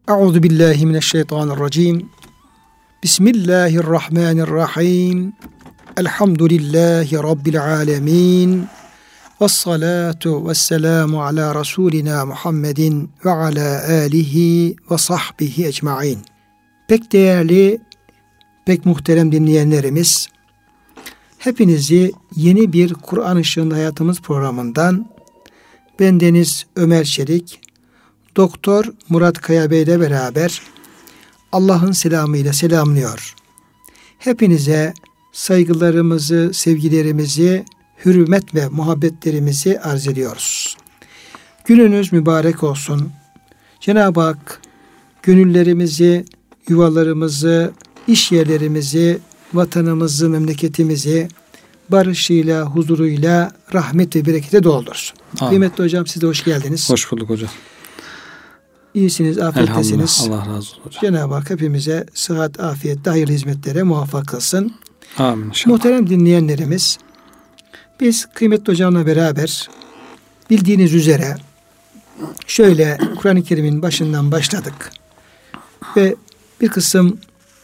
Euzu billahi mineşşeytanirracim. Bismillahirrahmanirrahim. Elhamdülillahi rabbil alamin. Ves salatu vesselamu ala rasulina Muhammedin ve ala alihi ve sahbihi ecmaîn. Pek değerli, pek muhterem dinleyenlerimiz, hepinizi yeni bir Kur'an Işığında Hayatımız programından bendeniz Ömer Çelik, Doktor Murat Kaya Bey ile beraber Allah'ın selamıyla selamlıyor. Hepinize saygılarımızı, sevgilerimizi, hürmet ve muhabbetlerimizi arz ediyoruz. Gününüz mübarek olsun. Cenab-ı Hak gönüllerimizi, yuvalarımızı, iş yerlerimizi, vatanımızı, memleketimizi barışıyla, huzuruyla, rahmet ve berekete doldursun. Amin. Kıymetli hocam, siz de hoş geldiniz. Hoş bulduk hocam. İyisiniz, afiyettesiniz. Allah razı olsun hocam. Cenab-ı Hak hepimize sıhhat, afiyette, hayırlı hizmetlere muvaffak kılsın. Amin inşallah. Muhterem dinleyenlerimiz, biz kıymetli hocamla beraber bildiğiniz üzere şöyle Kur'an-ı Kerim'in başından başladık. Ve bir kısım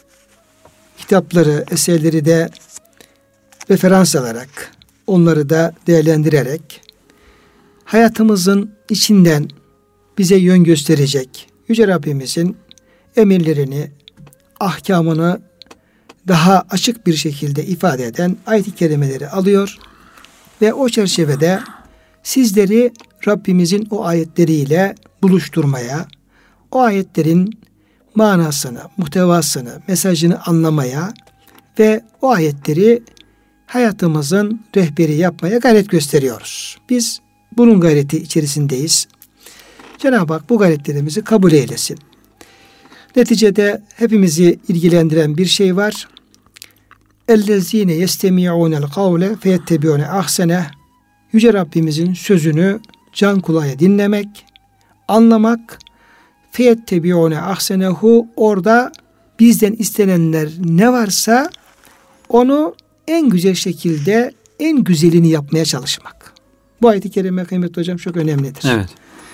kitapları, eserleri de referans alarak, onları da değerlendirerek hayatımızın içinden bize yön gösterecek Yüce Rabbimizin emirlerini, ahkamını daha açık bir şekilde ifade eden ayet-i kerimeleri alıyor ve o çerçevede sizleri Rabbimizin o ayetleriyle buluşturmaya, o ayetlerin manasını, muhtevasını, mesajını anlamaya ve o ayetleri hayatımızın rehberi yapmaya gayret gösteriyoruz. Biz bunun gayreti içerisindeyiz. Cenab-ı Hak bu gayretlerimizi kabul eylesin. Neticede hepimizi ilgilendiren bir şey var. اَلَّذ۪ينَ يَسْتَمِعُونَ الْقَوْلَ فَيَتَّبِعُونَ اَحْسَنَهُ. Yüce Rabbimizin sözünü can kulağıyla dinlemek, anlamak, فَيَتَّبِعُونَ اَحْسَنَهُ. Orada bizden istenenler ne varsa onu en güzel şekilde, en güzelini yapmaya çalışmak. Bu ayet-i kerime kıymetli hocam çok önemlidir. Evet.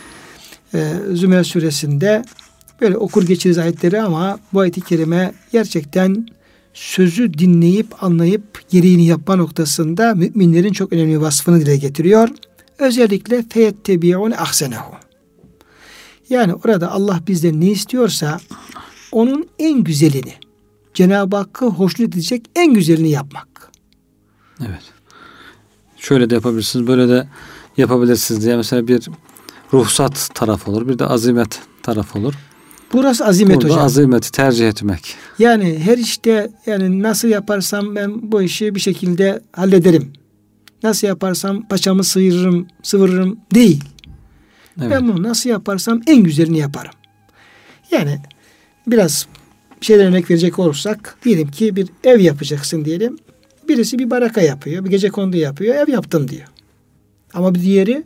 Zümer suresinde böyle okur geçiriz ayetleri ama bu ayet-i kerime gerçekten sözü dinleyip anlayıp gereğini yapma noktasında müminlerin çok önemli vasfını dile getiriyor. Özellikle feyettebi'un ahsenehu. Yani orada Allah bizden ne istiyorsa onun en güzelini, Cenab-ı Hakk'ı hoşnut edecek en güzelini yapmak. Evet. Şöyle de yapabilirsiniz, böyle de yapabilirsiniz diye mesela bir ruhsat tarafı olur, bir de azimet tarafı olur. Burası azimet burada hocam. Azimeti tercih etmek. Yani her işte yani nasıl yaparsam ben bu işi bir şekilde hallederim. Nasıl yaparsam paçamı sıvırırım değil. Evet. Ben bunu nasıl yaparsam en güzelini yaparım. Yani biraz bir şeyden örnek verecek olursak diyelim ki bir ev yapacaksın diyelim. Birisi bir baraka yapıyor, bir gecekondu yapıyor, ev yaptım diyor. Ama bir diğeri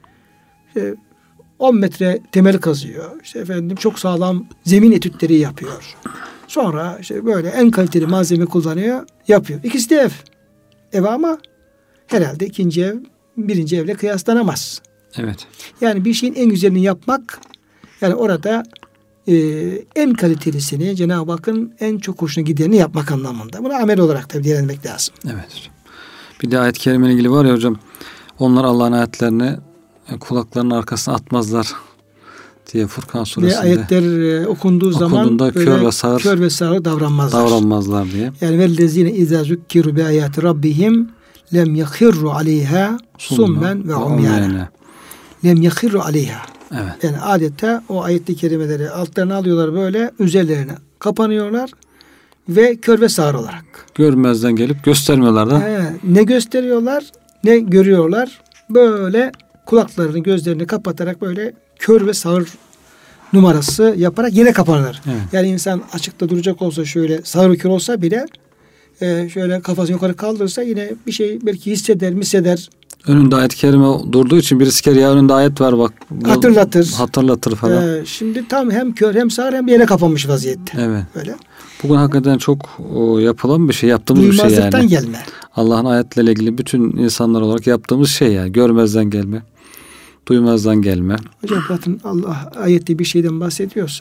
10 metre temel kazıyor. İşte efendim çok sağlam zemin etütleri yapıyor. Sonra işte böyle en kaliteli malzeme kullanıyor, yapıyor. İkisi de ev. Ev ama herhalde ikinci ev birinci evle kıyaslanamaz. Evet. Yani bir şeyin en güzelini yapmak, yani orada en kalitelisini, Cenab-ı Hakk'ın en çok hoşuna gideni yapmak anlamında. Bunu amel olarak tabii değerlendirmek lazım. Evet. Bir de ayet-i kerimeyle ilgili var ya hocam, onlar Allah'ın ayetlerini kulaklarının arkasına atmazlar diye Furkan suresinde. Ve ayetler okunduğu zaman kör ve sağır davranmazlar diye. Yani vellezine izâ zukkiru bi ayati rabbihim lem yahirru aleyha summen ve umyana. Lem yahirru aleyha. Evet. Yani adeta o ayetli kelimeleri altlarına alıyorlar, böyle üzerlerine kapanıyorlar ve kör ve sağır olarak. Görmezden gelip göstermiyorlar da. Ne gösteriyorlar ne görüyorlar. Böyle kulaklarını, gözlerini kapatarak böyle kör ve sağır numarası yaparak yine kapanırlar. Evet. Yani insan açıkta duracak olsa, şöyle sağır ve kör olsa bile şöyle kafasını yukarı kaldırırsa yine bir şey belki hisseder. Önünde ayet-i kerime durduğu için birisi kere ya önünde ayet var bak. Hatırlatır falan. Şimdi tam hem kör hem sağır hem yere kapanmış vaziyette. Evet. Böyle. Bugün hakikaten çok yapılan bir şey, yaptığımız bir şey yani. Duymazlıktan gelme. Allah'ın ayetleriyle ilgili bütün insanlar olarak yaptığımız şey yani. Görmezden gelme. Duymazdan gelme. Hocam bakın Allah ayette bir şeyden bahsediyorsa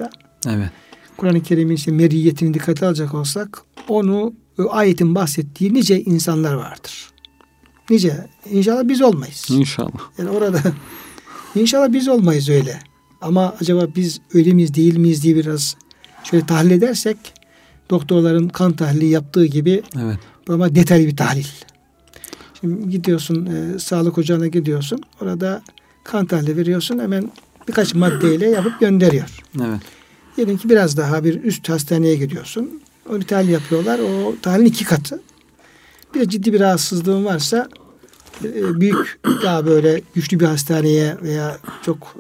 Evet. Kur'an-ı Kerim'in işte meriyetini dikkate alacak olsak onu ayetin bahsettiği nice insanlar vardır. Nice. İnşallah biz olmayız. İnşallah. Yani orada inşallah biz olmayız öyle. Ama acaba biz öyle miyiz değil miyiz diye biraz şöyle tahlil edersek doktorların kan tahlili yaptığı gibi evet. ama detaylı bir tahlil. Şimdi gidiyorsun sağlık ocağına gidiyorsun. Orada kan tahlili veriyorsun. Hemen birkaç maddeyle yapıp gönderiyor. Evet. Diyelim ki biraz daha bir üst hastaneye gidiyorsun. O tahlil yapıyorlar. O tahlilin 2 katı. Bir de ciddi bir rahatsızlığın varsa büyük daha böyle güçlü bir hastaneye veya çok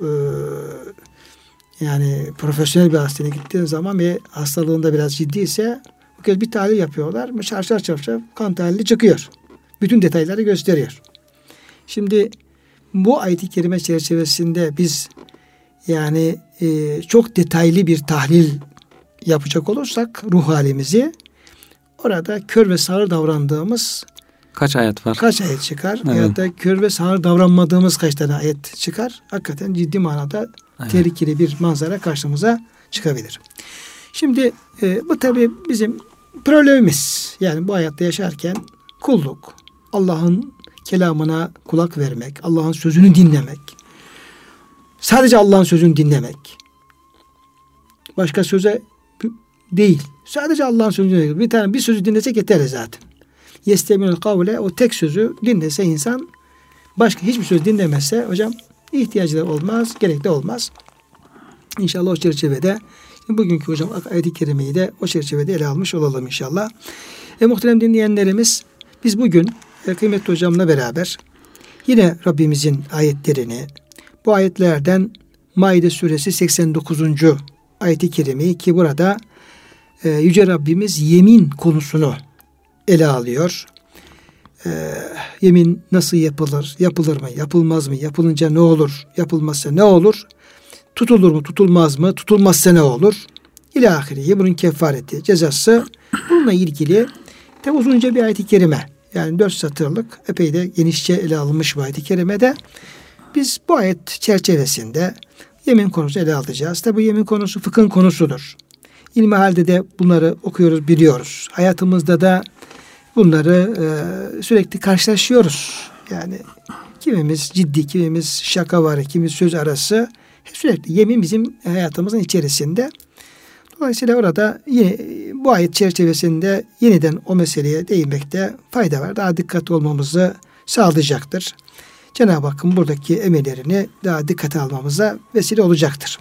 yani profesyonel bir hastaneye gittiğin zaman ve hastalığında biraz ciddiyse bu kez bir tahlil yapıyorlar. Çarşaf kan tahlili çıkıyor. Bütün detayları gösteriyor. Şimdi bu ayet-i kerime çerçevesinde biz yani çok detaylı bir tahlil yapacak olursak ruh halimizi orada kör ve sağır davrandığımız kaç ayet var? Kaç ayet çıkar? Evet. Ya da kör ve sağır davranmadığımız kaç tane ayet çıkar? Hakikaten ciddi manada tehlikeli bir manzara karşımıza çıkabilir. Şimdi bu tabii bizim problemimiz. Yani bu hayatta yaşarken kulluk, Allah'ın kelamına kulak vermek, Allah'ın sözünü dinlemek. Sadece Allah'ın sözünü dinlemek. Başka söze değil. Sadece Allah'ın sözünü dinlemek. Bir sözü dinlesek yeter zaten. Yesteminul kavle, o tek sözü dinlese insan, başka hiçbir söz dinlemezse hocam ihtiyacı da olmaz, gerek de olmaz. İnşallah o çerçevede bugünkü hocam ayet-i kerimeyi de o çerçevede ele almış olalım inşallah. Muhterem dinleyenlerimiz, biz bugün kıymetli hocamla beraber yine Rabbimizin ayetlerini, bu ayetlerden Maide suresi 89. ayet-i kerimeyi, ki burada Yüce Rabbimiz yemin konusunu ele alıyor. Yemin nasıl yapılır? Yapılır mı? Yapılmaz mı? Yapılınca ne olur? Yapılmazsa ne olur? Tutulur mu? Tutulmaz mı? Tutulmazsa ne olur? İlâhiriye bunun kefareti, cezası. Bununla ilgili de uzunca bir ayet-i kerime. Yani 4 satırlık, epey de genişçe ele alınmış bu ayet-i kerimede. Biz bu ayet çerçevesinde yemin konusu ele alacağız. Tabi bu yemin konusu fıkhın konusudur. İlmihalde de bunları okuyoruz, biliyoruz. Hayatımızda da bunları sürekli karşılaşıyoruz. Yani kimimiz ciddi, kimimiz şaka var, kimimiz söz arası. Sürekli yemin bizim hayatımızın içerisinde. Dolayısıyla orada yine bu ayet çerçevesinde yeniden o meseleye değinmekte fayda var. Daha dikkatli olmamızı sağlayacaktır. Cenab-ı Hakk'ın buradaki emirlerini daha dikkate almamıza vesile olacaktır.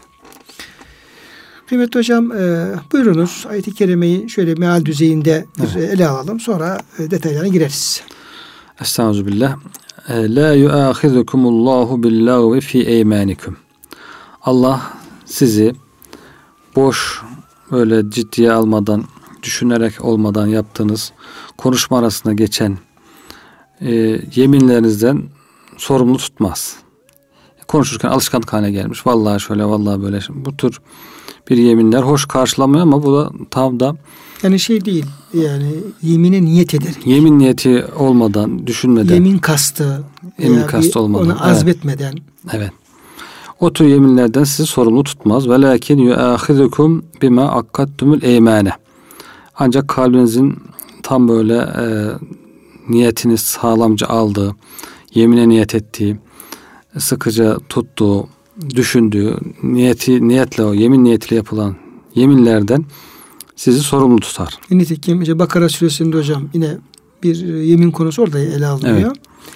Kıymetli hocam, buyurunuz ayet-i kerimeyi şöyle meal düzeyinde ele alalım. Sonra detaylarına gireriz. Estağfirullah. La yuahizukumullahu billahvi fi eymanikum. Allah sizi boş, böyle ciddiye almadan, düşünerek olmadan yaptığınız konuşma arasında geçen yeminlerinizden sorumlu tutmaz. Konuşurken alışkanlık haline gelmiş. Vallahi şöyle, vallahi böyle. Bu tür bir yeminler hoş karşılamıyor ama bu da tam da yani şey değil. Yani yemine niyet ederek. Yemin niyeti olmadan, düşünmeden. Yemin kastı. Yemin kastı olmadan. Onu azmetmeden. Evet. O tür yeminlerden sizi sorumlu tutmaz. Velakin yuahizukum bima akkattumul eymane. Ancak kalbinizin tam böyle niyetini sağlamca aldığı, yemine niyet ettiği, sıkıca tuttuğu, düşündüğü, niyetle o yemin niyetiyle yapılan yeminlerden sizi sorumlu tutar. Nitekim işte Bakara suresinde hocam yine bir yemin konusu orada ele alınıyor.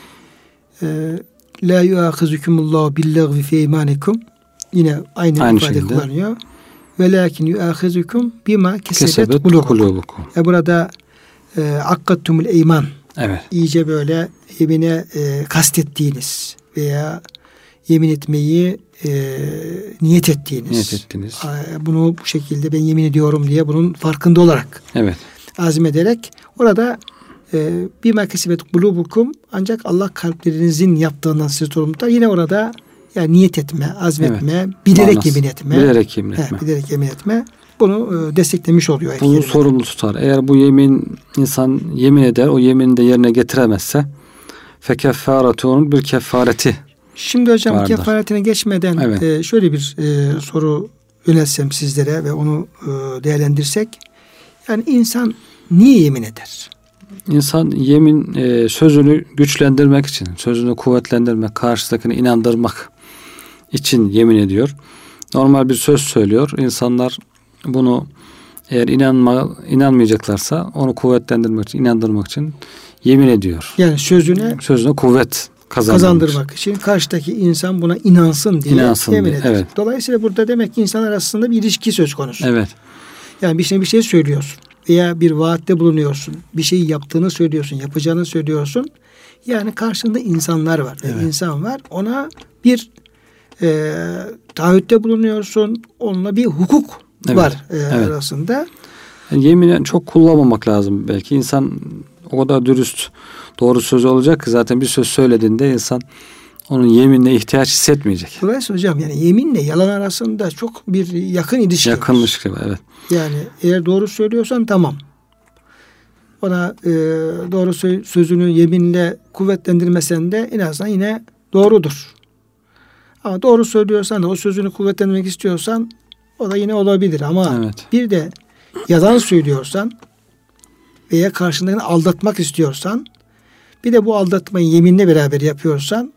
Evet. La yuahizukumullahu billagvi fi eymanikum. Yine aynı ifade kullanıyor. Velakin yuahizukum bima kesebet kulubukum. Burada akkattumul eyman. Evet. İyice böyle yemine kastettiğiniz veya yemin etmeyi niyet ettiğiniz. Bunu bu şekilde ben yemin ediyorum diye bunun farkında olarak azmederek orada bima kesebet kulubukum, ancak Allah kalplerinizin yaptığından sizi sorumlu tutar. Yine orada yani niyet etme, azmetme, bilerek yemin etme. Bilerek yemin etme. Bilerek yemin etme. Bunu desteklemiş oluyor. Bunu sorumlu tutar. Eğer bu yemin, insan yemin eder, o yemini de yerine getiremezse fekeffaretunun bir kefareti. Şimdi hocam vardır. Kefaretine geçmeden şöyle bir soru yönelsem sizlere ve onu değerlendirsek. Yani insan niye yemin eder? İnsan yemin sözünü güçlendirmek için, sözünü kuvvetlendirmek, karşıdakini inandırmak için yemin ediyor. Normal bir söz söylüyor. İnsanlar bunu eğer inanmayacaklarsa onu kuvvetlendirmek için, inandırmak için yemin ediyor. Yani sözüne kuvvet kazandırmak için karşıdaki insan buna inansın diye yemin eder. Evet. Dolayısıyla burada demek ki insanlar arasında bir ilişki söz konusu. Evet. Yani bir şey söylüyorsun veya bir vaatte bulunuyorsun. Bir şeyi yaptığını söylüyorsun, yapacağını söylüyorsun. Yani karşında insanlar var. Evet. İnsan var. Ona bir taahhütte bulunuyorsun. Onunla bir hukuk var arasında. Yani yemini çok kullanmamak lazım belki. İnsan o kadar dürüst, doğru söz olacak ki zaten bir söz söylediğinde insan onun yeminine ihtiyaç hissetmeyecek. Dolayısıyla hocam yani yeminle yalan arasında çok bir yakın ilişki var. Yakın ilişki var, evet. Yani eğer doğru söylüyorsan tamam. Ona doğru sözünü yeminle kuvvetlendirmesen de en azından yine doğrudur. Ama doğru söylüyorsan da o sözünü kuvvetlendirmek istiyorsan o da yine olabilir. Ama bir de yalan söylüyorsan veya karşındakini aldatmak istiyorsan bir de bu aldatmayı yeminle beraber yapıyorsan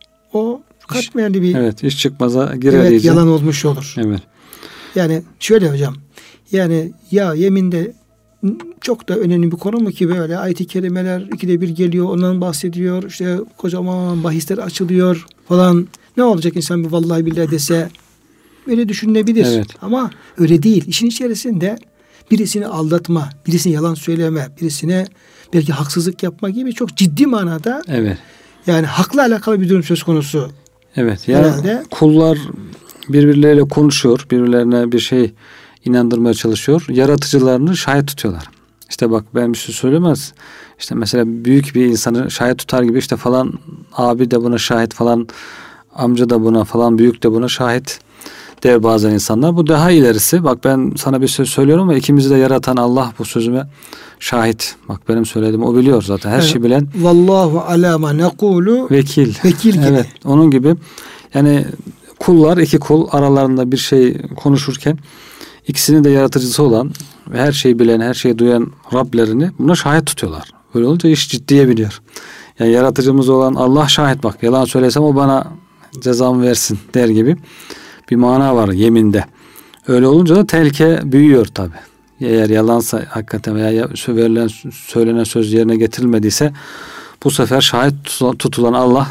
o katmerli bir iş çıkmaza girer iyice. Yalan olmuş olur. Evet. Yani şöyle hocam. Yani yeminde çok da önemli bir konu mu ki böyle ayet-i kerimeler ikide bir geliyor, ondan bahsediyor. İşte kocaman bahisler açılıyor falan. Ne olacak insan bir vallahi billahi dese öyle düşünülebilir. Evet. Ama öyle değil. İşin içerisinde birisini aldatma, birisine yalan söyleme, birisine belki haksızlık yapma gibi çok ciddi manada yani hakla alakalı bir durum söz konusu. Evet. Yani kullar birbirleriyle konuşuyor, birbirlerine bir şey inandırmaya çalışıyor. Yaratıcılarını şahit tutuyorlar. İşte bak ben bir şey söylemez. İşte mesela büyük bir insanı şahit tutar gibi işte falan abi de buna şahit, falan amca da buna, falan büyük de buna şahit der bazen insanlar. Bu daha ilerisi. Bak ben sana bir söz söylüyorum ama ikimizi de yaratan Allah bu sözüme şahit. Bak benim söylediğimi o biliyor zaten. Her şeyi bilen. Vallahu ala ma nekulu vekil gibi. Evet. Onun gibi. Yani kullar, iki kul aralarında bir şey konuşurken ikisinin de yaratıcısı olan ve her şeyi bilen, her şeyi duyan Rablerini buna şahit tutuyorlar. Böyle olunca iş ciddiye biniyor. Yani yaratıcımız olan Allah şahit, bak yalan söylesem o bana cezamı versin der gibi bir mana var yeminde. Öyle olunca da tehlike büyüyor tabi. Eğer yalansa hakikaten veya söylenen söz yerine getirilmediyse bu sefer şahit tutulan Allah,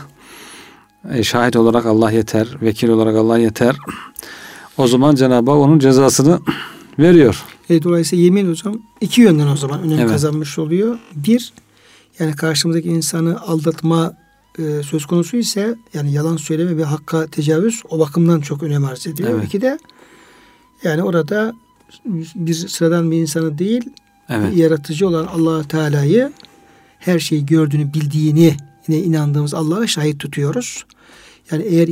şahit olarak Allah yeter, vekil olarak Allah yeter. O zaman Cenab-ı Hak onun cezasını veriyor. Dolayısıyla yemin hocam iki yönden o zaman önem kazanmış oluyor. Bir, yani karşımızdaki insanı aldatma söz konusu ise yani yalan söyleme ve hakka tecavüz o bakımdan çok önem arz ediyor. Evet. İki de yani orada bir sıradan bir insanı değil, yaratıcı olan Allah Teala'yı, her şeyi gördüğünü, bildiğini, yine inandığımız Allah'a şahit tutuyoruz. Yani eğer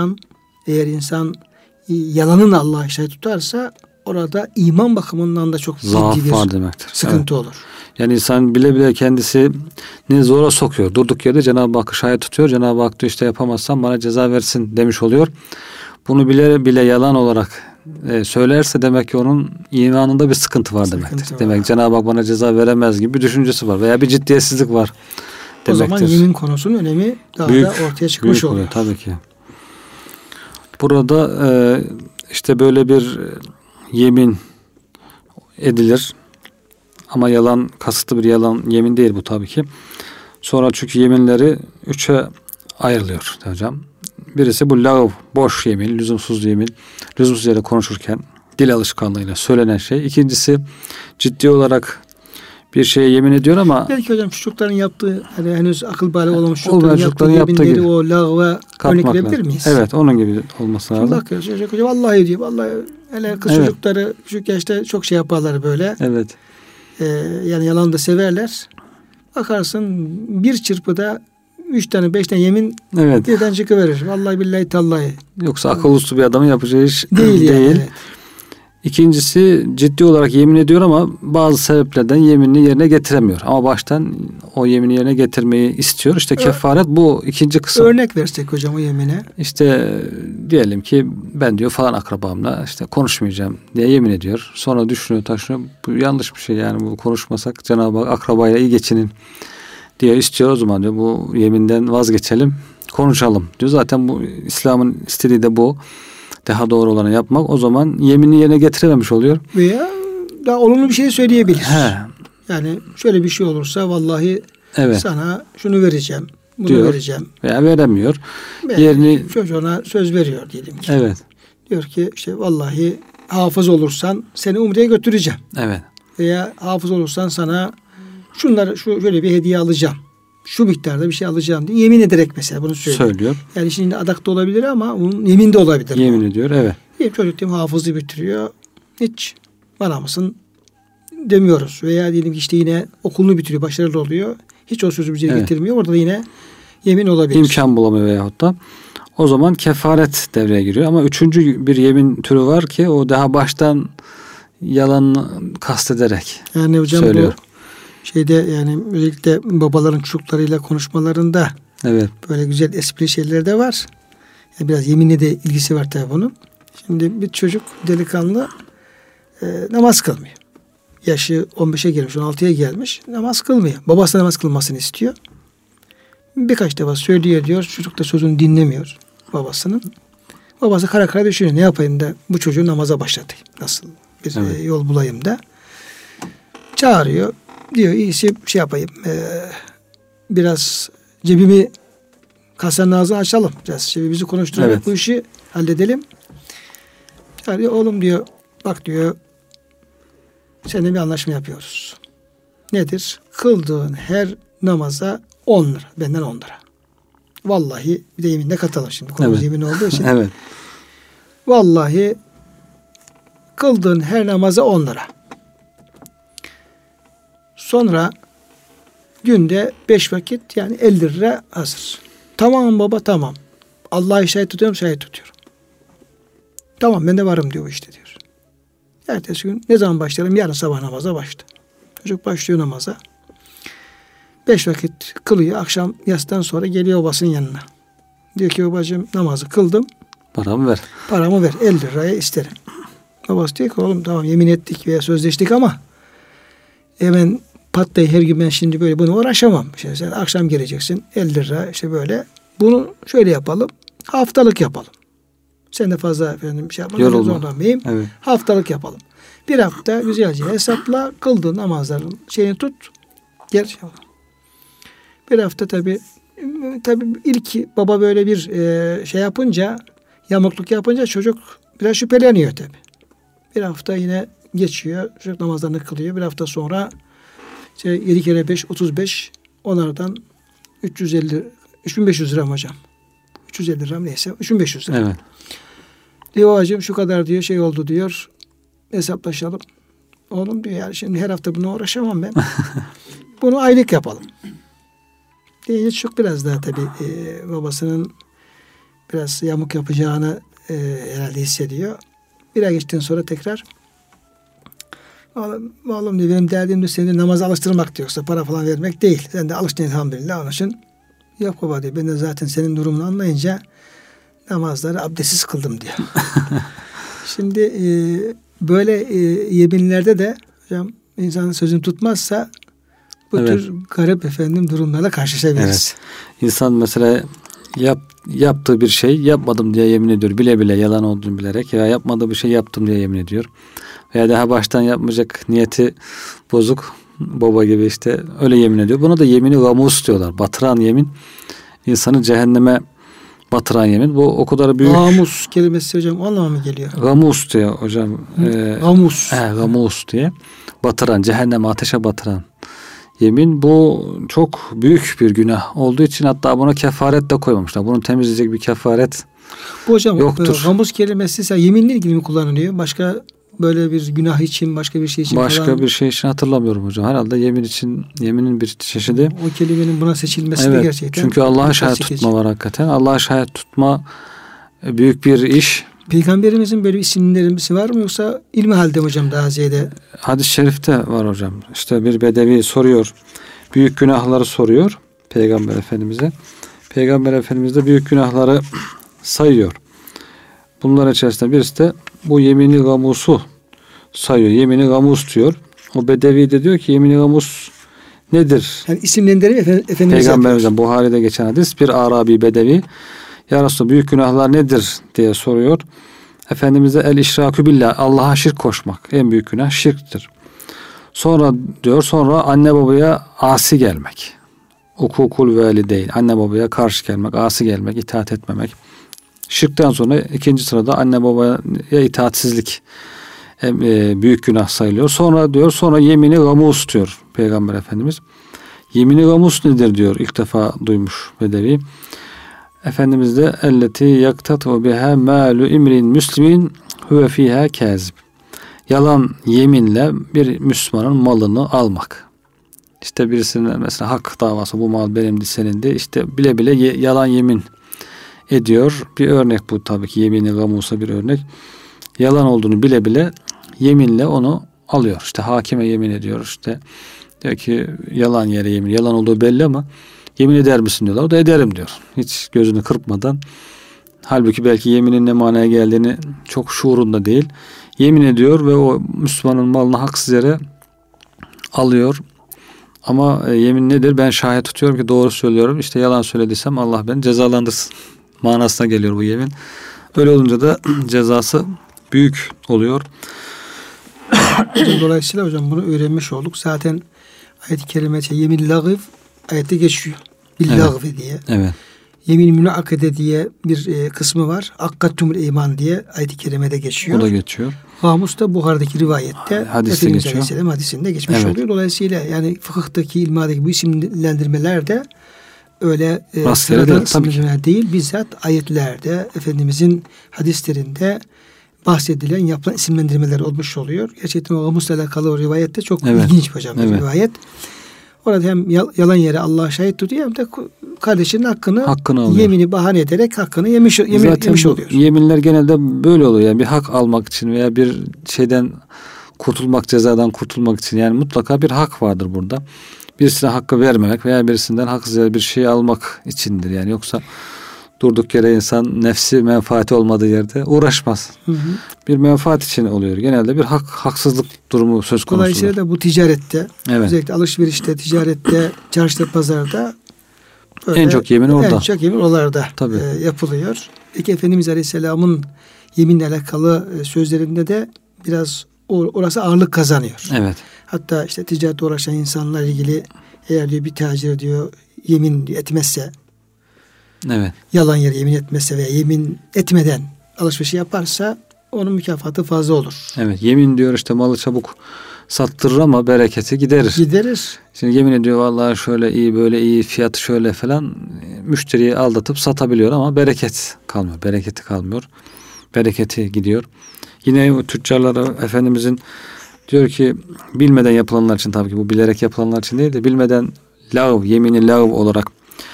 insan yalanın Allah'a şahit tutarsa orada iman bakımından da çok ciddi bir sıkıntı olur. Yani insan bile bile kendisini zora sokuyor. Durduk yerde Cenab-ı Hakk'ı şahit tutuyor. Cenab-ı Hak diyor işte yapamazsan bana ceza versin demiş oluyor. Bunu bile bile yalan olarak söylerse demek ki onun imanında bir sıkıntı var demektir. Demek Cenab-ı Hak bana ceza veremez gibi bir düşüncesi var veya bir ciddiyetsizlik var demektir. O zaman yemin konusunun önemi daha da ortaya çıkmış oluyor. Tabii ki. Burada işte böyle bir yemin edilir. Ama yalan, kasıtlı bir yalan yemin değil bu tabii ki. Sonra çünkü yeminleri üçe ayrılıyor hocam. Birisi bu lağv, boş yemin, lüzumsuz yemin. Lüzumsuz yere konuşurken dil alışkanlığıyla söylenen şey. İkincisi ciddi olarak bir şeye yemin ediyor ama belki hocam çocukların yaptığı, hani henüz akıl bali olmamış çocukların yaptığı yeminleri gibi, o lağva örnek verebilir miyiz? Evet, onun gibi olması lazım. Bakıyor çocuk hocam vallahi diyor. Vallahi hele kız çocukları küçük yaşta çok şey yaparlar böyle. Evet. Yani yalan da severler. Bakarsın bir çırpıda 3 tane 5 tane yemin birden çıkıverir. Vallahi billahi tallahi. Yoksa akıl uslu bir adamın yapacağı iş değil. Yani, İkincisi ciddi olarak yemin ediyor ama bazı sebeplerden yeminini yerine getiremiyor. Ama baştan o yemini yerine getirmeyi istiyor. İşte kefaret bu ikinci kısım. Örnek versek hocam o yemine. İşte diyelim ki ben diyor falan akrabamla işte konuşmayacağım diye yemin ediyor. Sonra düşünüyor taşınıyor. Bu yanlış bir şey yani, bu konuşmasak Cenab-ı Hak akrabayla iyi geçinin diye istiyor. O zaman diyor bu yeminden vazgeçelim, konuşalım diyor. Zaten bu İslam'ın istediği de bu. Daha doğru olanı yapmak. O zaman yemini yerine getirememiş oluyor. Veya daha olumlu bir şey söyleyebilir. He. Yani şöyle bir şey olursa vallahi Evet. sana şunu vereceğim, bunu diyor, vereceğim. veya veremiyor. Ve Yerini çocuğuna söz veriyor diyelim ki. evet. Diyor ki işte vallahi hafız olursan seni Umre'ye götüreceğim. Evet. Veya hafız olursan sana şöyle bir hediye alacağım. Şu miktarda bir şey alacağım diye yemin ederek mesela bunu söylüyor. Yani şimdi adakta olabilir ama onun yemin de olabilir. Yemin ediyor, evet. Diyelim çocuk diyelim hafızı bitiriyor. Hiç bana mısın demiyoruz. Veya diyelim ki işte yine okulunu bitiriyor, başarılı oluyor. Hiç o sözü bize getirmiyor. Orada da yine yemin olabilir. İmkan bulamıyor veyahut da. O zaman kefaret devreye giriyor. Ama üçüncü bir yemin türü var ki o daha baştan yalan kastederek yani hocam söylüyor. Bu şeyde yani özellikle babaların çocuklarıyla konuşmalarında evet. böyle güzel espri şeyler de var. Yani biraz yeminle de ilgisi var tabii bunun. Şimdi bir çocuk delikanlı namaz kılmıyor. Yaşı 15'e gelmiş, 16'ya gelmiş. Namaz kılmıyor. Babası namaz kılmasını istiyor. Birkaç defa söylüyor diyor. Çocuk da sözünü dinlemiyor babasının. Babası kara kara düşünüyor. Ne yapayım da bu çocuğu namaza başlatayım. Nasıl bir yol bulayım da. Çağırıyor. Diyor iyisi şey yapayım. Biraz cebimi kasanın ağzını açalım. Biraz cebimizi konuşturarak bu işi halledelim. Çağırıyor. Oğlum diyor bak diyor seninle bir anlaşma yapıyoruz. Nedir? Kıldığın her namaza 10 lira. Benden 10 lira. Vallahi bir de yeminle katalım şimdi. Konumuz yemin olduğu için. evet. Vallahi kıldığın her namaza 10 lira. Sonra günde 5 vakit yani 50 lira hazır. Tamam baba tamam. Allah'ı şahit tutuyorum, şahit tutuyorum. Tamam ben de varım diyor işte diyor. Ertesi gün ne zaman başlayalım? Yarın sabah namaza başla. Çocuk başlıyor namaza. 5 vakit kılıyor. Akşam yastan sonra geliyor babasının yanına. Diyor ki babacığım namazı kıldım. Paramı ver. Paramı ver. 50 liraya isterim. Babası diyor ki oğlum tamam yemin ettik veya sözleştik ama hemen patlayı her gün ben şimdi böyle bunu uğraşamam. İşte sen akşam geleceksin 50 lira işte böyle. Bunu şöyle yapalım. Haftalık yapalım. Sen de fazla efendim şey yapma. Zorlamayayım. Evet. Haftalık yapalım. Bir hafta güzelce hesapla kıldığın namazların şeyini tut. Gel şey yapalım. Bir hafta tabii ilk baba böyle bir şey yapınca yamukluk yapınca çocuk biraz şüpheleniyor tabii. Bir hafta yine geçiyor. Çocuk namazlarını kılıyor. Bir hafta sonra 7 kere 5 35 onlardan 3500 lira hocam. 350 lira neyse 3500 lira. Evet. Diyor hocam şu kadar diyor şey oldu diyor. Hesaplaşalım. Oğlum diyor yani şimdi her hafta buna uğraşamam ben. Bunu aylık yapalım. Deyince çok biraz daha tabii babasının biraz yamuk yapacağını herhalde hissediyor. Bir ay geçtikten sonra tekrar oğlum diyor benim derdim de seni namaza alıştırmak diyor. Yoksa para falan vermek değil. Sen de alıştın elhamdülillah onun için. Yok baba diyor. Ben de zaten senin durumunu anlayınca namazları abdestsiz kıldım diyor. Şimdi böyle yeminlerde de hocam insanın sözünü tutmazsa bu tür garip efendim durumlarla karşılaşabiliriz. Evet. İnsan mesela yaptığı bir şey yapmadım diye yemin ediyor. Bile bile yalan olduğunu bilerek veya yapmadığı bir şey yaptım diye yemin ediyor. Veya daha baştan yapmayacak niyeti bozuk baba gibi işte öyle yemin ediyor. Buna da yemini gamus diyorlar. Batıran yemin. İnsanı cehenneme batıran yemin. Bu o kadar büyük. Gamus kelimesi hocam o anlama mı geliyor? Gamus diyor hocam. Gamus. Gamus diye. Batıran, cehenneme ateşe batıran yemin. Bu çok büyük bir günah olduğu için hatta buna kefaret de koymamışlar. Bunu temizleyecek bir kefaret bu hocam yoktur. Gamus kelimesi yeminle ilgili mi kullanılıyor? Başka böyle bir günah için, başka bir şey için başka bir şey için hatırlamıyorum hocam. Herhalde yeminin bir çeşidi. O kelimenin buna seçilmesi de gerçekten. Çünkü Allah'a şahit tutma var hakikaten. Allah'a şahit tutma büyük bir iş. Peygamberimizin böyle isimlerimizi var mı, yoksa ilmi halde mi hocam daha ziyade? Hadis-i şerifte var hocam. İşte bir bedevi soruyor. Büyük günahları soruyor Peygamber Efendimiz'e. Peygamber Efendimiz de büyük günahları sayıyor. Bunlar içerisinde birisi de bu yemini gamusu sayıyor. Yemini gamus diyor. O bedevi de diyor ki yemini gamus nedir? Yani isimlendirip Efendimiz Peygamberimizden Buhari'de geçen hadis, bir Arabi bedevi ya Resulallah büyük günahlar nedir diye soruyor. Efendimiz de el işrakü billah, Allah'a şirk koşmak en büyük günah şirktir. Sonra anne babaya asi gelmek. Ukukul valideyn, anne babaya karşı gelmek, asi gelmek, itaat etmemek. Şirkten sonra ikinci sırada anne babaya itaatsizlik büyük günah sayılıyor. Sonra yemini gamus diyor Peygamber Efendimiz. Yemini gamus nedir diyor, ilk defa duymuş bedevi. Efendimiz de elleti yaktatu biha malu imrin müslimin huve fiha kazib. Yalan yeminle bir Müslümanın malını almak. İşte birisinin mesela hak davası, bu mal benimdi senindi. İşte bile bile yalan yemin ediyor. Bir örnek bu tabii ki, yemini gamusa bir örnek. Yalan olduğunu bile bile yeminle onu alıyor. İşte hakime yemin ediyor, işte diyor ki yalan yere yemin. Yalan olduğu belli ama yemin eder misin diyorlar. O da ederim diyor. Hiç gözünü kırpmadan. Halbuki belki yeminin ne manaya geldiğini çok şuurunda değil. Yemin ediyor ve o Müslümanın malını haksız yere alıyor. Ama yemin nedir? Ben şahit tutuyorum ki doğru söylüyorum. İşte yalan söylediysem Allah beni cezalandırsın manasına geliyor bu yemin. Öyle olunca da cezası büyük oluyor. Dolayısıyla hocam bunu öğrenmiş olduk. Zaten ayet-i kerime yemin lagıv ayette geçiyor. Billagvi evet. diye. Evet. Yemin münakede diye bir kısmı var. Akkattumul iman diye ayet-i kerimede geçiyor. O da geçiyor. Gamus da Buhari'deki rivayette hadiste Efendimiz geçiyor. Aleyhisselam hadisinde geçmiş evet. oluyor. Dolayısıyla yani fıkıhtaki, ilmadaki bu isimlendirmeler de öyle sıradan isimlendirmeler değil. Bizzat ayetlerde, Efendimizin hadislerinde bahsedilen, yapılan isimlendirmeler olmuş oluyor. Gerçekten o Gamus'la alakalı o rivayette çok evet. ilginç hocam evet. rivayet. Orada hem yalan yere Allah şahit tutuyor, hem de kardeşinin hakkını alıyor. Yemini bahane ederek hakkını yemiş oluyor. Yeminler genelde böyle oluyor. Yani bir hak almak için veya bir şeyden kurtulmak, cezadan kurtulmak için, yani mutlaka bir hak vardır burada. Birisine hakkı vermemek veya birisinden haksız yere bir şey almak içindir. Yani yoksa durduk yere insan nefsi menfaati olmadığı yerde uğraşmaz. Hı hı. Bir menfaat için oluyor. Genelde bir haksızlık durumu söz konusu. Dolayısıyla da bu ticarette, evet. özellikle alışverişte, ticarette, çarşıda, pazarda en çok yemin orada. En çok yemin oralarda yapılıyor. Peki Efendimiz Aleyhisselam'ın yeminle alakalı sözlerinde de biraz orası ağırlık kazanıyor. Evet. Hatta işte ticaretle uğraşan insanlarla ilgili, eğer diyor bir tacir diyor yemin etmezse, evet. yalan yere yemin etmezse veya yemin etmeden alışverişi yaparsa onun mükafatı fazla olur. Evet, yemin diyor işte malı çabuk sattırır ama bereketi giderir. Şimdi yemin ediyor vallahi şöyle iyi, böyle iyi, fiyatı şöyle falan, müşteriyi aldatıp satabiliyor ama bereketi kalmıyor. Bereketi gidiyor. Yine tüccarlara Efendimizin diyor ki bilmeden yapılanlar için, tabii ki bu bilerek yapılanlar için değil de bilmeden yemini lağv olarak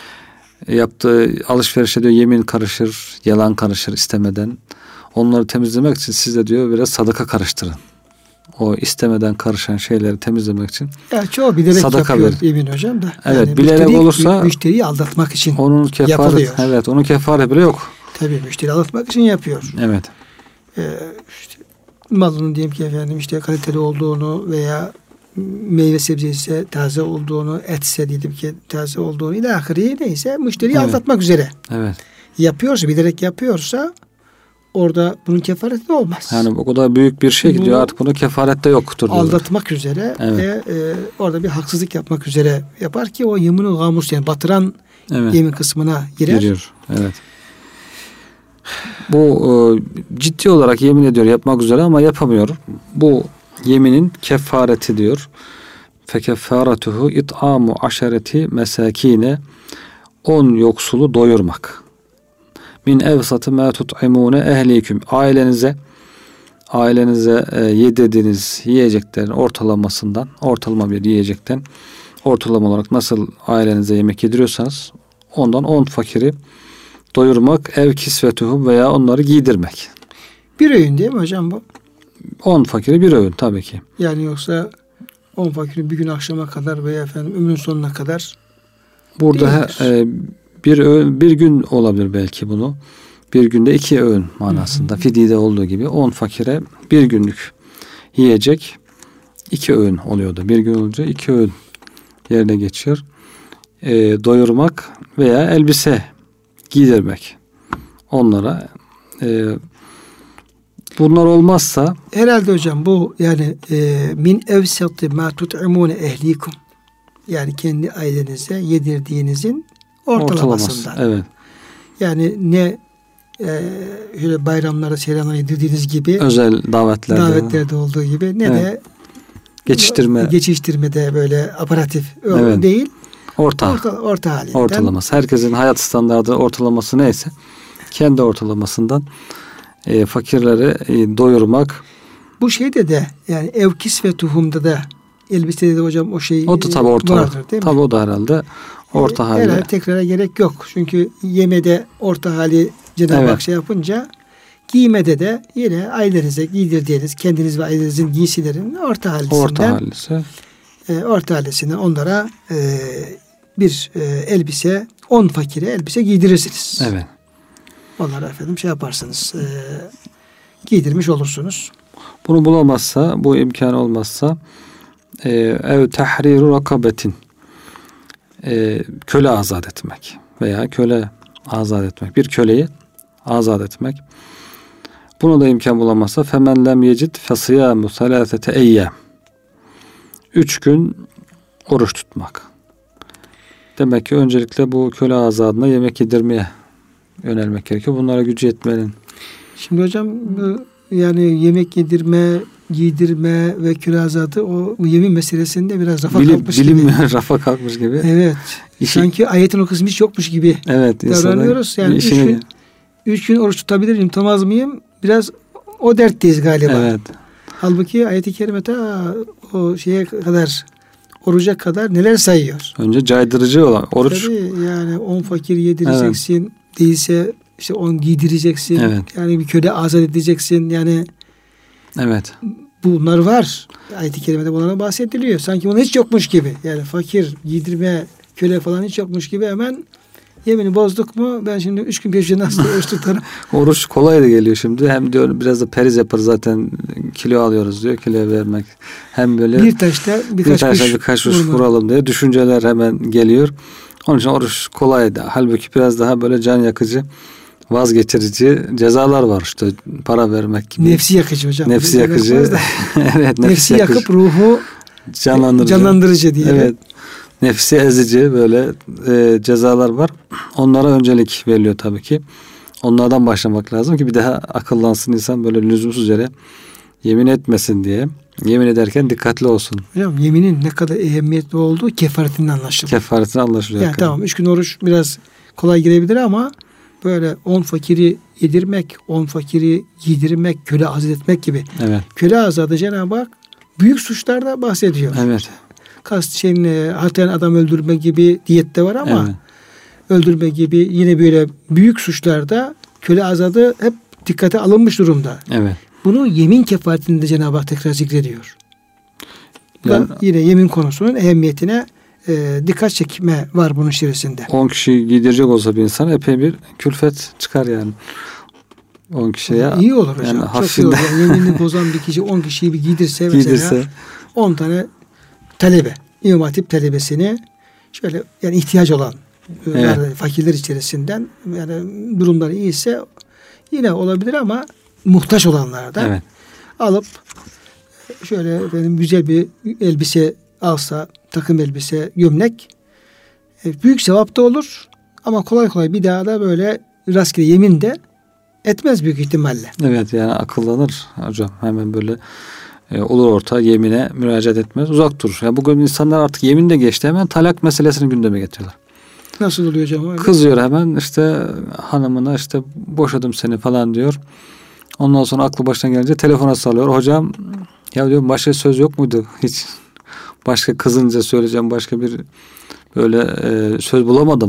yaptığı alışverişe diyor yemin karışır, yalan karışır istemeden. Onları temizlemek için siz de diyor biraz sadaka karıştırın. O istemeden karışan şeyleri temizlemek için. Ya çoğu bilerek sadaka yapıyor yemin hocam da. Evet, yani bilerek olursa müşteriyi aldatmak için onun yapılıyor. Evet, onun kefareti bile yok. Tabii müşteriyi aldatmak için yapıyor. Evet. İşte malının diyelim ki efendim işte kaliteli olduğunu veya meyve sebze ise taze olduğunu, etse diyelim ki taze olduğunu, ilahiri neyse müşteriyi aldatmak üzere. Evet. Yapıyorsa, bilerek yapıyorsa orada bunun kefareti de olmaz. Yani o kadar büyük bir şey gidiyor, artık bunun kefareti de yoktur diyorlar. Aldatmak üzere ve orada bir haksızlık yapmak üzere yapar ki o yemin-i gamus, yani batıran yemin kısmına giriyor. Evet. Bu ciddi olarak yemin ediyor yapmak üzere ama yapamıyor. Bu yeminin kefareti diyor. Fekeffaretuhu it'amu aşereti mesakine, 10 yoksulu doyurmak. Min evsatı ma tut'imune ehliküm, ailenize yedirdiğiniz yiyeceklerin ortalama bir yiyecekten ortalama olarak nasıl ailenize yemek yediriyorsanız ondan 10 fakiri doyurmak, ev kisvetuhum, veya onları giydirmek. Bir öğün değil mi hocam bu? 10 fakiri bir öğün tabii ki. Yani yoksa 10 fakirin bir gün akşama kadar veya efendim ömrün sonuna kadar burada bir öğün, bir gün olabilir belki bunu. Bir günde 2 öğün manasında. Fidyede olduğu gibi 10 fakire bir günlük yiyecek 2 öğün oluyordu. Bir gün olunca 2 öğün yerine geçiyor. Doyurmak veya elbise giydirmek onlara. Bunlar olmazsa herhalde hocam bu yani min evsati ma tut'imune ehlikum, yani kendi ailenize yedirdiğinizin ortalamasından. Evet. Yani ne şöyle bayramlara, seyranlara yedirdiğiniz gibi özel davetlerde olduğu gibi ne evet. de geçiştirmede böyle aparatif evet. değil. Orta halinden. Ortalaması. Herkesin hayat standardı ortalaması neyse kendi ortalamasından fakirleri doyurmak. Bu şeyde de yani ev kisvetuhum'da da elbisede de hocam o şey o da tabii vardır değil mi? Tabii o da herhalde orta hali. Herhalde tekrara gerek yok. Çünkü yemede orta hali Cenab-ı Hak şey yapınca, giymede de yine ailenize giydirdiğiniz kendiniz ve ailenizin giysilerinin orta halisinden onlara bir elbise, 10 fakire elbise giydirirsiniz. Evet. Onlara efendim şey yaparsınız, giydirmiş olursunuz. Bunu bulamazsa, bu imkan olmazsa ev tahriru rakabetin, köle azat etmek veya köle azat etmek, bir köleyi azat etmek. Bunu da imkan bulamazsa femen lem yecid fesiyâmu selâsete eyyâm, 3 gün oruç tutmak. Demek ki öncelikle bu köle azadına yemek yedirmeye yönelmek gerekiyor. Bunlara gücü yetmenin. Şimdi hocam yani yemek yedirme, giydirme ve köle azadı o yemin meselesinde biraz rafa kalkmış gibi. Bilim rafa kalkmış gibi. Evet. Sanki ayetin o kısmı hiç yokmuş gibi davranıyoruz. Yani 3 gün oruç tutabilir miyim, tutamaz mıyım? Biraz o dertteyiz galiba. Evet. Halbuki ayet-i kerimede o şeye kadar, oruca kadar neler sayıyor. Önce caydırıcı olan oruç. Tabii yani 10 fakir yedireceksin. Evet. Değilse işte 10 giydireceksin. Evet. Yani bir köle azat edeceksin. Yani evet. Bunlar var. Ayet-i kerimede bunlardan bahsediliyor. Sanki bunun hiç yokmuş gibi. Yani fakir, giydirme, köle falan hiç yokmuş gibi hemen yemini bozduk mu ben şimdi 3 gün peşine nasıl oruç tutarım. Oruç kolay da geliyor şimdi. Hem diyor biraz da periz yaparız zaten, kilo alıyoruz diyor. Kilo vermek. Hem böyle bir taşta birkaç kuş vuralım diye düşünceler hemen geliyor. Onun için oruç kolay da. Halbuki biraz daha böyle can yakıcı, vazgeçirici cezalar var işte, para vermek gibi. Nefsi yakıcı hocam. Nefsi yakıcı. Evet, nefsi yakıp ruhu canlandırıcı diye. Evet. Nefsi ezici böyle cezalar var. Onlara öncelik veriliyor tabii ki. Onlardan başlamak lazım ki bir daha akıllansın insan, böyle lüzumsuz yere yemin etmesin diye. Yemin ederken dikkatli olsun. Hocam yeminin ne kadar ehemmiyetli olduğu kefaretinden anlaşılıyor. Yani tamam 3 gün oruç biraz kolay girebilir ama böyle 10 fakiri yedirmek, 10 fakiri giydirmek, köle azat etmek gibi. Evet. Köle azadı Cenab-ı Hak büyük suçlarda bahsediyor. Evet. Hataen adam öldürme gibi diyette var ama evet. Öldürme gibi yine böyle büyük suçlarda köle azadı hep dikkate alınmış durumda. Evet. Bunu yemin kefaretinde Cenab-ı Hak tekrar zikrediyor. Yani, yine yemin konusunun ehemmiyetine dikkat çekme var bunun içerisinde. 10 kişi giydirecek olsa bir insan epey bir külfet çıkar yani. 10 kişiye. İyi olur hocam. Yani çok iyi olur. Yani yeminini bozan bir kişi 10 kişiyi bir giydirse mesela 10 tane talebe, İmam Hatip talebesini şöyle yani ihtiyaç olan evet. Fakirler içerisinden yani durumları iyiyse yine olabilir ama muhtaç olanlardan evet. Alıp şöyle benim güzel bir elbise alsa, takım elbise, gömlek büyük sevap da olur ama kolay kolay bir daha da böyle rastgele yemin de etmez büyük ihtimalle. Evet yani akıllanır hocam, hemen böyle olur orta yemine müracaat etmez, uzak durur. Yani bugün insanlar artık yemin de geçti, hemen talak meselesini gündeme getiriyorlar. Nasıl oluyor hocam? Öyle? Kızıyor hemen işte hanımına, işte boşadım seni falan diyor. Ondan sonra aklı başına gelince telefona sallıyor. Hocam ya diyor, başka söz yok muydu hiç? Başka kızınca söyleyeceğim başka bir böyle söz bulamadın mı?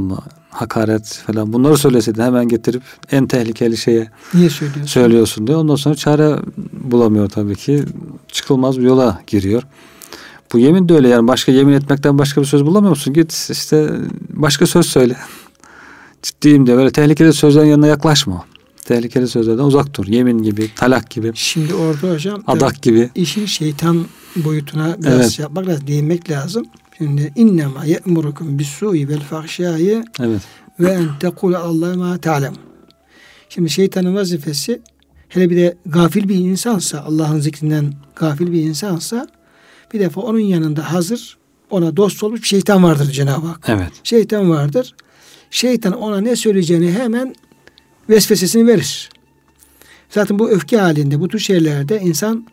hakaret falan bunları söyleseydin hemen getirip en tehlikeli şeye niye söylüyorsun diye. Ondan sonra çare bulamıyor tabii ki. Çıkılmaz bir yola giriyor. Bu yemin de öyle yani, başka yemin etmekten başka bir söz bulamıyor musun? Git işte başka söz söyle. Ciddiyim de böyle tehlikeli sözlerin yanına yaklaşma. Tehlikeli sözlerden uzak dur. Yemin gibi, talak gibi. Şimdi orada hocam adak gibi. İşin şeytan boyutuna biraz yapmak lazım, değinmek lazım. Şimdi innema ye'murukum bis-su'i vel fahşâi ve en tekulu Allahi ma ta'lem. Şimdi şeytanın vazifesi, hele bir de gafil bir insansa, Allah'ın zikrinden gafil bir insansa, bir defa onun yanında hazır ona dost olmuş bir şeytan vardır Cenab-ı Hak. Evet. Şeytan vardır. Şeytan ona ne söyleyeceğini hemen vesvesesini verir. Zaten bu öfke halinde, bu tür şeylerde insan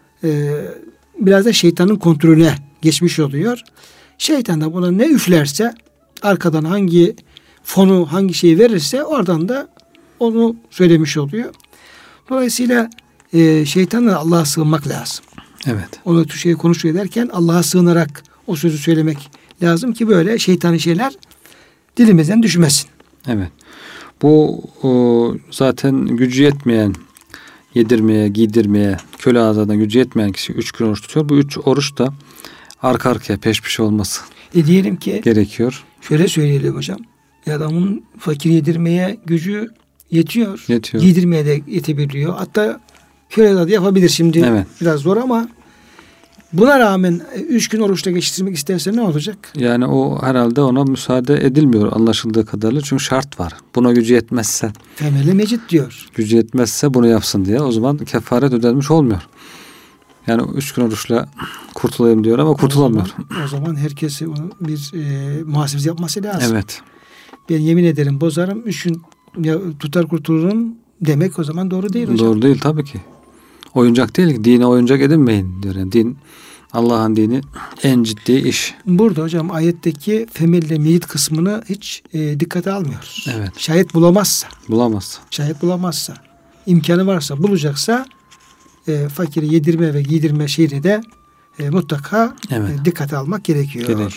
biraz da şeytanın kontrolüne geçmiş oluyor. Şeytan da buna ne üflerse, arkadan hangi fonu, hangi şeyi verirse oradan da onu söylemiş oluyor. Dolayısıyla şeytanla Allah'a sığınmak lazım. Evet. Onu tür şeyi konuşuyor derken Allah'a sığınarak o sözü söylemek lazım ki böyle şeytani şeyler dilimizden düşmesin. Evet. Bu zaten gücü yetmeyen, yedirmeye, giydirmeye, köle azadına gücü yetmeyen kişi 3 gün oruç tutuyor. Bu 3 oruç da arka arkaya peş peşe olması diyelim ki gerekiyor. Şöyle söyleyelim hocam. Adamın fakir yedirmeye gücü yetiyor. Yetiyor. Giydirmeye de yetebiliyor. Hatta köle azadı yapabilir şimdi. Biraz zor ama buna rağmen 3 gün oruçla geçirmek isterse ne olacak? Yani o herhalde ona müsaade edilmiyor anlaşıldığı kadarıyla. Çünkü şart var. Buna gücü yetmezse. Femele mecid diyor. Gücü yetmezse bunu yapsın diye. O zaman kefaret ödenmiş olmuyor. Yani 3 gün oruçla kurtulayım diyor ama kurtulamıyor. O zaman herkesi bir muhasebesi yapması lazım. Evet. Ben yemin ederim bozarım 3 gün tutar kurtulurum demek o zaman doğru değil hocam. Doğru değil tabii ki. Oyuncak değil ki. Dine oyuncak edinmeyin diyor. Yani din, Allah'ın dini en ciddi iş. Burada hocam ayetteki femelle meyit kısmını hiç dikkate almıyoruz. Evet. Şayet bulamazsa. Şayet bulamazsa. İmkanı varsa, bulacaksa fakiri yedirme ve giydirme şeyini de mutlaka dikkate almak gerekiyor.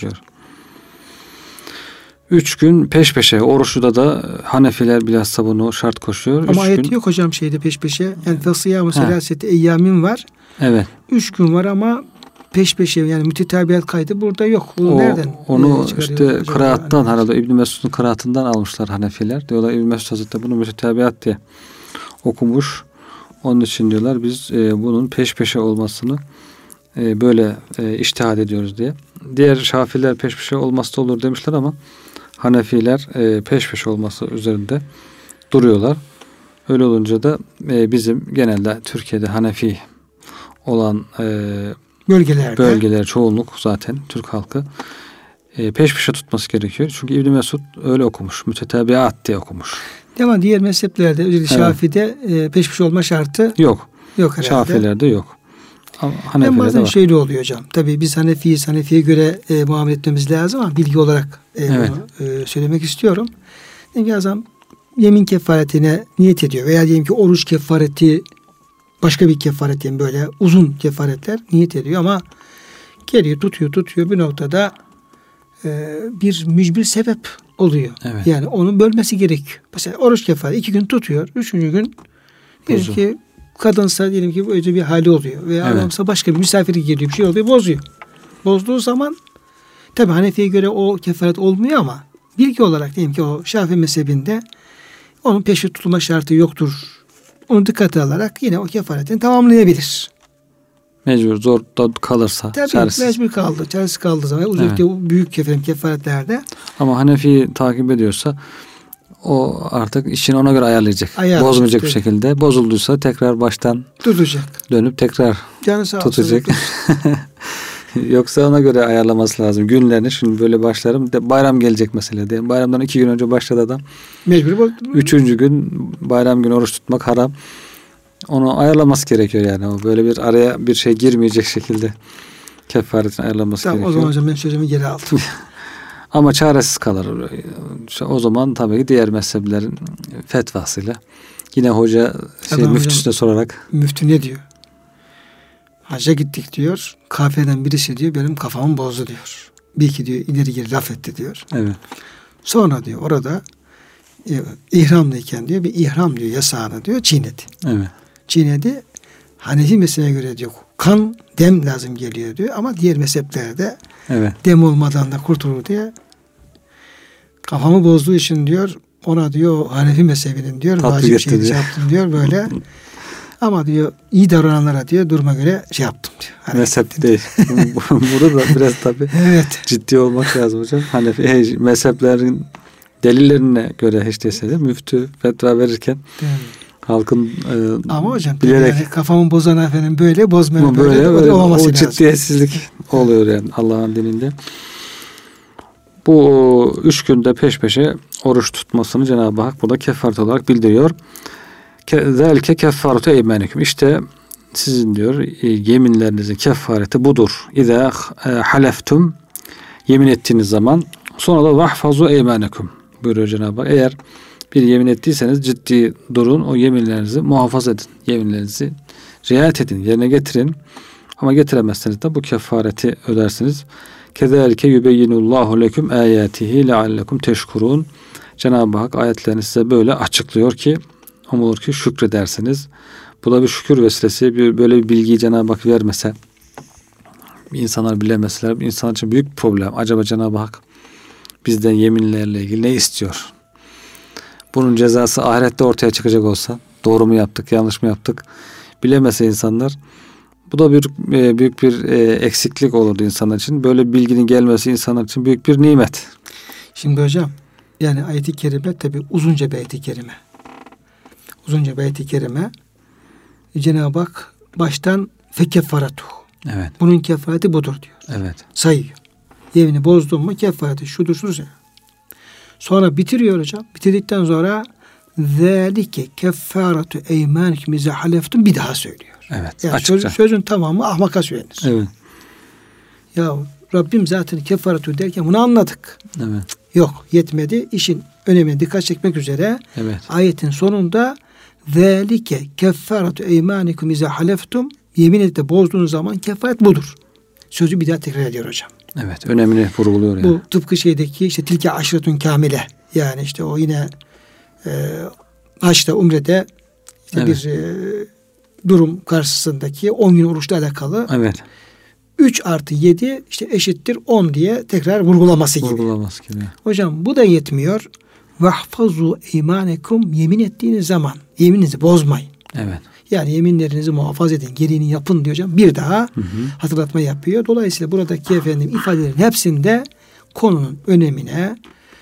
3 gün peş peşe. Oruçluda da Hanefiler bilhassa bunu şart koşuyor. Ama ayet yok hocam şeyde peş peşe. Enfasiyâ selaseti eyyamin var. Evet. 3 gün var ama peş peşe yani mütetabiat kaydı burada yok. Bu nereden? Onu işte kıraattan herhalde İbn Mesud'un kıraatından almışlar Hanefiler. Diyorlar İbn Mesud Hazretleri bunu mütetabiat diye okumuş. Onun için diyorlar biz bunun peş peşe olmasını böyle içtihad ediyoruz diye. Diğer Şafiler peş peşe olmazsa olur demişler ama Hanefiler peş peşe olması üzerinde duruyorlar. Öyle olunca da bizim genelde Türkiye'de Hanefi olan bölgeler çoğunluk zaten Türk halkı peş peşe tutması gerekiyor. Çünkü İbn Mesud öyle okumuş. Mütetabiat diye okumuş. Ama diğer mezheplerde özellikle Şafi'de peş peşe olma şartı yok herhalde. Şafilerde yok. Hem bazen şöyle oluyor hocam. Tabii biz Hanefiyiz. Hanefi'ye göre muamele etmemiz lazım ama bilgi olarak bunu söylemek istiyorum. Diyelim ki adam yemin kefaretine niyet ediyor veya diyelim ki oruç kefareti başka bir kefaret diyelim böyle uzun kefaretler niyet ediyor ama geliyor tutuyor bir noktada bir mücbir sebep oluyor. Evet. Yani onu bölmesi gerekiyor. Mesela oruç kefareti 2 gün tutuyor. 3. gün diyelim ki kadınsa diyelim ki öyle bir hali oluyor. Veya adamsa başka bir misafiri geliyor bir şey oluyor bozuyor. Bozduğu zaman tabi Hanefi'ye göre o kefaret olmuyor ama bilgi olarak diyelim ki o Şafii mezhebinde onun peşi tutulma şartı yoktur. Onu dikkate alarak yine o kefaretini tamamlayabilir. Mecbur zor kalırsa. Tabii mecbur kaldı. Çaresiz kaldığı zaman özellikle büyük kefaretlerde. Ama Hanefi takip ediyorsa o artık işini ona göre ayarlayacak. Bozmayacak bir şekilde. Bozulduysa tekrar baştan tutacak. Dönüp tekrar tutacak. Yoksa ona göre ayarlaması lazım. Günlerini şimdi böyle başlarım. Bayram gelecek mesela diye. Bayramdan 2 gün önce başladı adam. Mecbur. 3. gün bayram günü oruç tutmak haram. Onu ayarlaması gerekiyor yani. O böyle bir araya bir şey girmeyecek şekilde kefaretini ayarlaması gerekiyor. O zaman hocam ben sözümü geri aldım. Ama çaresiz kalır. O zaman tabii ki diğer mezheplerin fetvasıyla yine hoca müftüsüne sorarak. Müftü ne diyor? Hacca gittik diyor. Kafeden birisi diyor benim kafamı bozdu diyor. Bir iki diyor ileri geri laf etti diyor. Evet. Sonra diyor orada ihramlıyken diyor bir ihram diyor yasağını diyor çiğnedi. Evet. Çiğnedi. Hanefi mezhebine göre diyor kan dem lazım geliyor diyor ama diğer mezheplerde dem olmadan da kurtulur diye kafamı bozduğu için diyor ona diyor Hanefi mezhebinin diyor vacip şeyini yaptım diyor böyle. Ama diyor iyi davrananlara diyor duruma göre yaptım diyor. Mezhep değil. Burada da biraz tabii ciddi olmak lazım hocam. Hanefi mezheplerin delillerine göre hiç değilse de müftü fetva verirken halkın ama hocam bilerek yani kafamı bozan efendim böyle bozmayan böyle olmaması o lazım. ciddiyetsizlik oluyor yani Allah'ın dininde. Bu 3 günde peş peşe oruç tutmasını Cenab-ı Hak burada kefaret olarak bildiriyor. Zelke kefaretu eymanikum. İşte sizin diyor yeminlerinizin kefareti budur. İza haleftum yemin ettiğiniz zaman sonra da vahfazu eymanikum buyuruyor Cenab-ı Hak. Eğer bir yemin ettiyseniz ciddi durun, o yeminlerinizi muhafaza edin. Yeminlerinizi riayet edin, yerine getirin. Ama getiremezseniz de bu kefareti ödersiniz. Kezalike yubeyyinullahu leküm ayatihi leallekum teşkurun. Cenab-ı Hak ayetlerini size böyle açıklıyor ki umulur ki şükredersiniz. Bu da bir şükür vesilesi. Böyle bir bilgiyi Cenab-ı Hak vermese, insanlar bilemeseler, insan için büyük bir problem. Acaba Cenab-ı Hak bizden yeminlerle ilgili ne istiyor? Bunun cezası ahirette ortaya çıkacak olsa, doğru mu yaptık, yanlış mı yaptık bilemese insanlar, bu da büyük bir eksiklik olurdu insanlar için. Böyle bir bilginin gelmesi insanlar için büyük bir nimet. Şimdi hocam, yani ayet-i kerime tabi uzunca bir ayet-i kerime. Uzunca bir ayet-i kerime. Cenab-ı Hak baştan fekeffaratuh. Evet. Bunun kefareti budur diyor. Evet. Sayıyor. Yemini bozdun mu kefareti şudur şudur. Sonra bitiriyor hocam. Bitirdikten sonra zâlike keffaratu eymânikum izâ haleftum bir daha söylüyor. Evet. Yani sözün tamamı ahmaka söylenir. Evet. Ya Rabbim zaten kefaratu derken bunu anladık. Evet. Yok, yetmedi. İşin önemine dikkat çekmek üzere ayetin sonunda zâlike keffaratu eymânikum izâ haleftum yemin edip de bozduğunuz zaman kefaret budur. Sözü bir daha tekrar ediyor hocam. Evet, önemini vurguluyor yani. Bu tıpkı şeydeki işte tilke aşretun kamile. Yani işte o yine haçta umrede işte bir durum karşısındaki 10 gün oruçla alakalı. Evet. 3 artı 7 işte eşittir 10 diye tekrar vurgulaması gibi. Hocam bu da yetmiyor. Vahfazu eymanekum yemin ettiğiniz zaman yemininizi bozmayın. Evet. Yani yeminlerinizi muhafaza edin. Gereğini yapın diyor hocam. Bir daha hatırlatma yapıyor. Dolayısıyla buradaki ifadelerin hepsinde konunun önemine,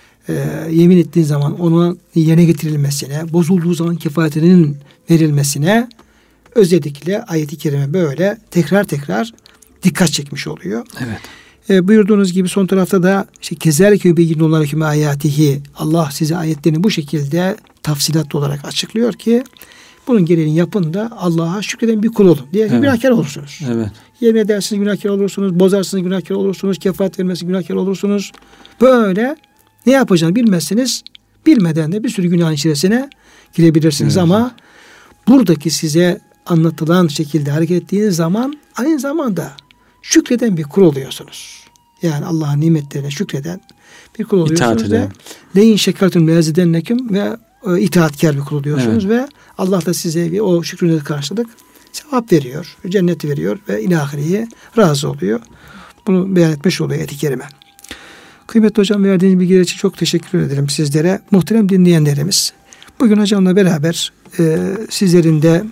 yemin ettiğin zaman onun yerine getirilmesine, bozulduğu zaman kefaretinin verilmesine özellikle ayet-i kerime böyle tekrar dikkat çekmiş oluyor. Evet. Buyurduğunuz gibi son tarafta da işte kezalike yubeyyinullahu leküm ayatihi Allah size ayetlerini bu şekilde tafsilatlı olarak açıklıyor ki bunun gereğini yapın da Allah'a şükreden bir kul olun. Diğer günahkar olursunuz. Evet. Yemin edersiniz günahkar olursunuz. Bozarsınız günahkar olursunuz. Kefaret vermezsiniz günahkar olursunuz. Böyle ne yapacağını bilmezsiniz. Bilmeden de bir sürü günahın içerisine girebilirsiniz. Evet. Ama buradaki size anlatılan şekilde hareket ettiğiniz zaman aynı zamanda şükreden bir kul oluyorsunuz. Yani Allah'ın nimetlerine şükreden bir kul oluyorsunuz ve leyin şekertun lezidennekum ve itaatkar bir kul oluyorsunuz ve Allah da size o şükrünüze karşılık sevap veriyor, cenneti veriyor ve ilahiriye razı oluyor. Bunu beyan etmiş oluyor ayet-i kerime. Kıymetli hocam verdiğiniz bilgiler için çok teşekkür ederim sizlere. Muhterem dinleyenlerimiz, bugün hocamla beraber sizlerin de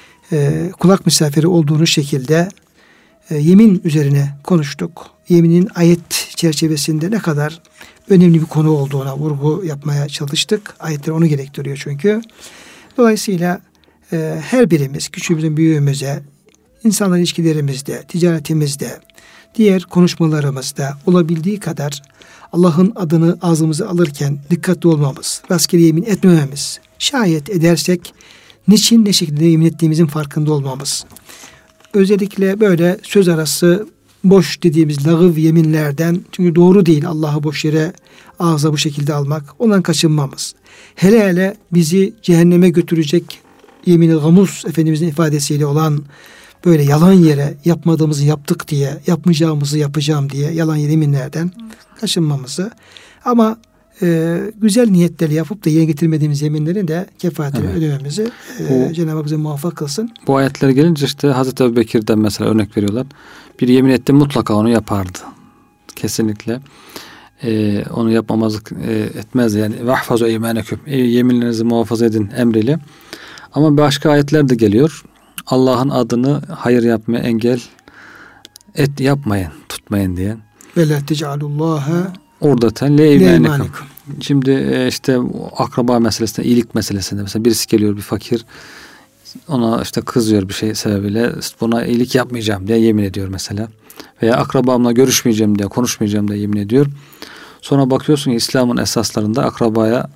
kulak misafiri olduğunuz şekilde yemin üzerine konuştuk. Yeminin ayet çerçevesinde ne kadar önemli bir konu olduğuna vurgu yapmaya çalıştık. Ayetler onu gerektiriyor çünkü. Dolayısıyla her birimiz küçüğümüzden büyüğümüze, insanlar ilişkilerimizde, ticaretimizde, diğer konuşmalarımızda olabildiği kadar Allah'ın adını ağzımıza alırken dikkatli olmamız, rastgele yemin etmememiz, şayet edersek niçin ne şekilde yemin ettiğimizin farkında olmamız. Özellikle böyle söz arası boş dediğimiz lağıv yeminlerden, çünkü doğru değil Allah'ı boş yere ağza bu şekilde almak, ondan kaçınmamız. Hele bizi cehenneme götürecek yemin-i gamus Efendimizin ifadesiyle olan böyle yalan yere yapmadığımızı yaptık diye, yapmayacağımızı yapacağım diye yalan yeminlerden kaçınmamızı. Ama güzel niyetleri yapıp da yerine getirmediğimiz yeminlerin de kefaretini ödememizi Cenab-ı Hak bize muvaffak kılsın. Bu ayetler gelince işte Hazreti Ebubekir'den mesela örnek veriyorlar. Bir yemin etti mutlaka onu yapardı. Kesinlikle. Onu yapmamazlık etmezdi. Yani vahfazu eymaneküm. Yeminlerinizi muhafaza edin emriyle. Ama başka ayetler de geliyor. Allah'ın adını hayır yapmaya engel yapmayın, tutmayın diye. Ve la tec'alullaha Ordatan le eymaneküm. Şimdi işte akraba meselesinde, iyilik meselesinde mesela birisi geliyor, bir fakir, ona işte kızıyor bir şey sebebiyle, buna iyilik yapmayacağım diye yemin ediyor mesela. Veya akrabamla görüşmeyeceğim diye, konuşmayacağım diye yemin ediyor. Sonra bakıyorsun ki İslam'ın esaslarında akrabaya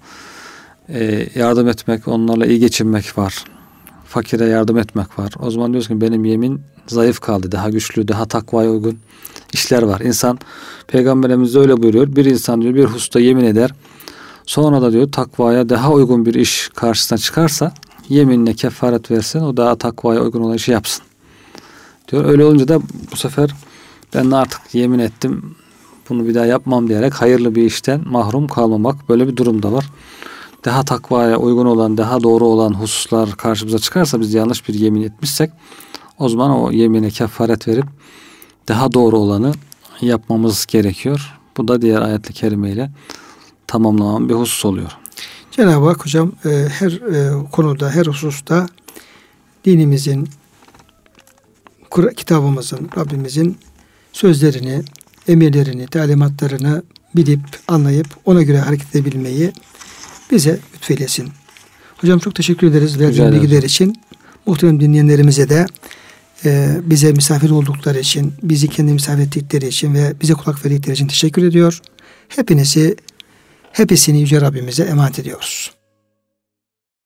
yardım etmek, onlarla iyi geçinmek var. Fakire yardım etmek var. O zaman diyorsun ki benim yemin zayıf kaldı. Daha güçlü, daha takvaya uygun işler var. İnsan, Peygamberimiz de öyle buyuruyor. Bir insan diyor bir hususta yemin eder. Sonra da diyor takvaya daha uygun bir iş karşısına çıkarsa yeminine kefaret versin. O daha takvaya uygun olan işi yapsın diyor. Öyle olunca da bu sefer ben artık yemin ettim, bunu bir daha yapmam diyerek hayırlı bir işten mahrum kalmamak, böyle bir durum da var. Daha takvaya uygun olan, daha doğru olan hususlar karşımıza çıkarsa, biz yanlış bir yemin etmişsek, o zaman o yemine kefaret verip daha doğru olanı yapmamız gerekiyor. Bu da diğer ayet-i kerimeyle tamamlanan bir husus oluyor. Cenab-ı Hak hocam her konuda, her hususta dinimizin, kitabımızın, Rabbimizin sözlerini, emirlerini, talimatlarını bilip, anlayıp ona göre hareket edebilmeyi bize lütfeylesin. Hocam çok teşekkür ederiz verdiğiniz bilgiler için. Muhterem dinleyenlerimize de bize misafir oldukları için, bizi kendi misafir ettikleri için ve bize kulak verdikleri için teşekkür ediyor. Hepsini Yüce Rabbimize emanet ediyoruz.